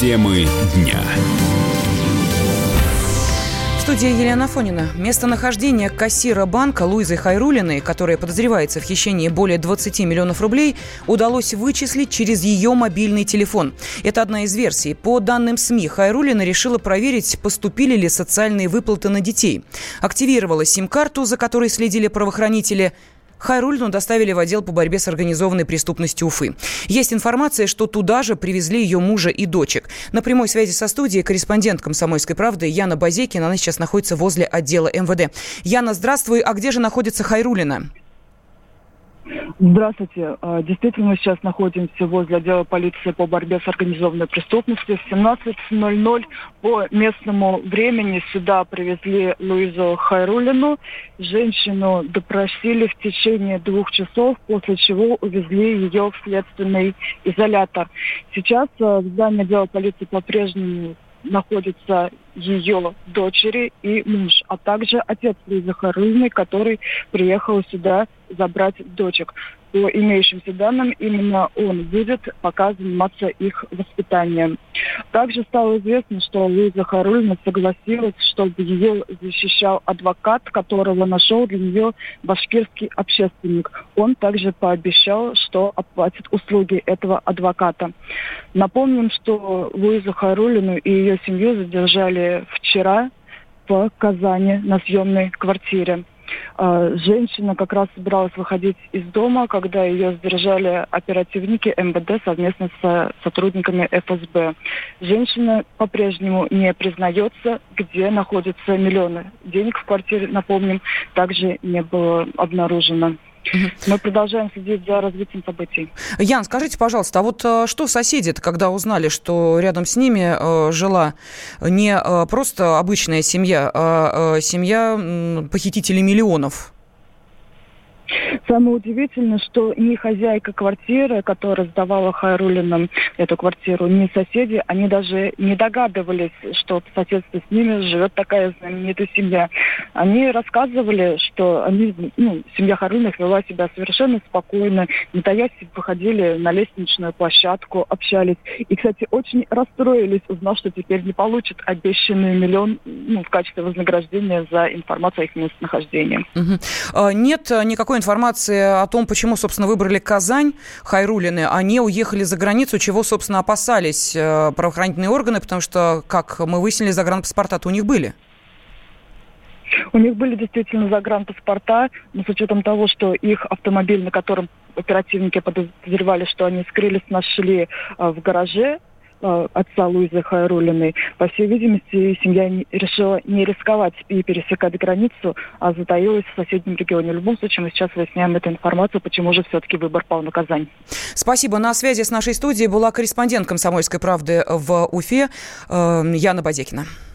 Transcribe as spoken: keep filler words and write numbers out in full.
Темы дня. В студии Елена Афонина. Местонахождение кассира банка Луизы Хайруллиной, которая подозревается в хищении более двадцати миллионов рублей, удалось вычислить через ее мобильный телефон. Это одна из версий. По данным СМИ, Хайруллина решила проверить, поступили ли социальные выплаты на детей. Активировала сим-карту, за которой следили правоохранители. Хайруллину доставили в отдел по борьбе с организованной преступностью Уфы. Есть информация, что туда же привезли ее мужа и дочек. На прямой связи со студией корреспондент «Комсомольской правды» Яна Базекина. Она сейчас находится возле отдела эм вэ дэ. Яна, здравствуй. А где же находится Хайруллина? Здравствуйте. Действительно, мы сейчас находимся возле отдела полиции по борьбе с организованной преступностью. В семнадцать ноль ноль по местному времени сюда привезли Луизу Хайруллину. Женщину допросили в течение двух часов, после чего увезли ее в следственный изолятор. Сейчас в здании отдела полиции по-прежнему находятся ее дочери и муж, а также отец Луизы Хайруллиной, который приехал сюда забрать дочек. По имеющимся данным, именно он будет пока заниматься их воспитанием. Также стало известно, что Луиза Хайруллина согласилась, чтобы ее защищал адвокат, которого нашел для нее башкирский общественник. Он также пообещал, что оплатит услуги этого адвоката. Напомним, что Луизу Хайруллину и ее семью задержали вчера в Казани на съемной квартире. Женщина как раз собиралась выходить из дома, когда ее задержали оперативники эм вэ дэ совместно с сотрудниками эф эс бэ. Женщина по-прежнему не признается, где находятся миллионы денег в квартире, напомним, также не было обнаружено. Мы продолжаем следить за развитием событий. Ян, скажите, пожалуйста, а вот что соседи, когда узнали, что рядом с ними э, жила не э, просто обычная семья, а э, семья э, похитителей миллионов? Самое удивительное, что ни хозяйка квартиры, которая сдавала Хайруллинам эту квартиру, ни соседи, они даже не догадывались, что в соседстве с ними живет такая знаменитая семья. Они рассказывали, что они, ну, семья Хайруллиных вела себя совершенно спокойно, не таясь, выходили на лестничную площадку, общались. И, кстати, очень расстроились, узнав, что теперь не получат обещанный миллион, ну, в качестве вознаграждения за информацию о их местонахождении. Угу. Нет никакой информации о том, почему, собственно, выбрали Казань Хайруллины, они уехали за границу, чего, собственно, опасались правоохранительные органы, потому что, как мы выяснили, загранпаспорта-то у них были. У них были действительно загранпаспорта, но с учетом того, что их автомобиль, на котором оперативники подозревали, что они скрылись, нашли в гараже отца Луизы Хайруллиной, по всей видимости, семья решила не рисковать и пересекать границу, а затаилась в соседнем регионе. В любом случае, мы сейчас выясняем эту информацию, почему же все-таки выбор пал на Казань. Спасибо. На связи с нашей студией была корреспондент «Комсомольской правды» в Уфе Яна Базекина.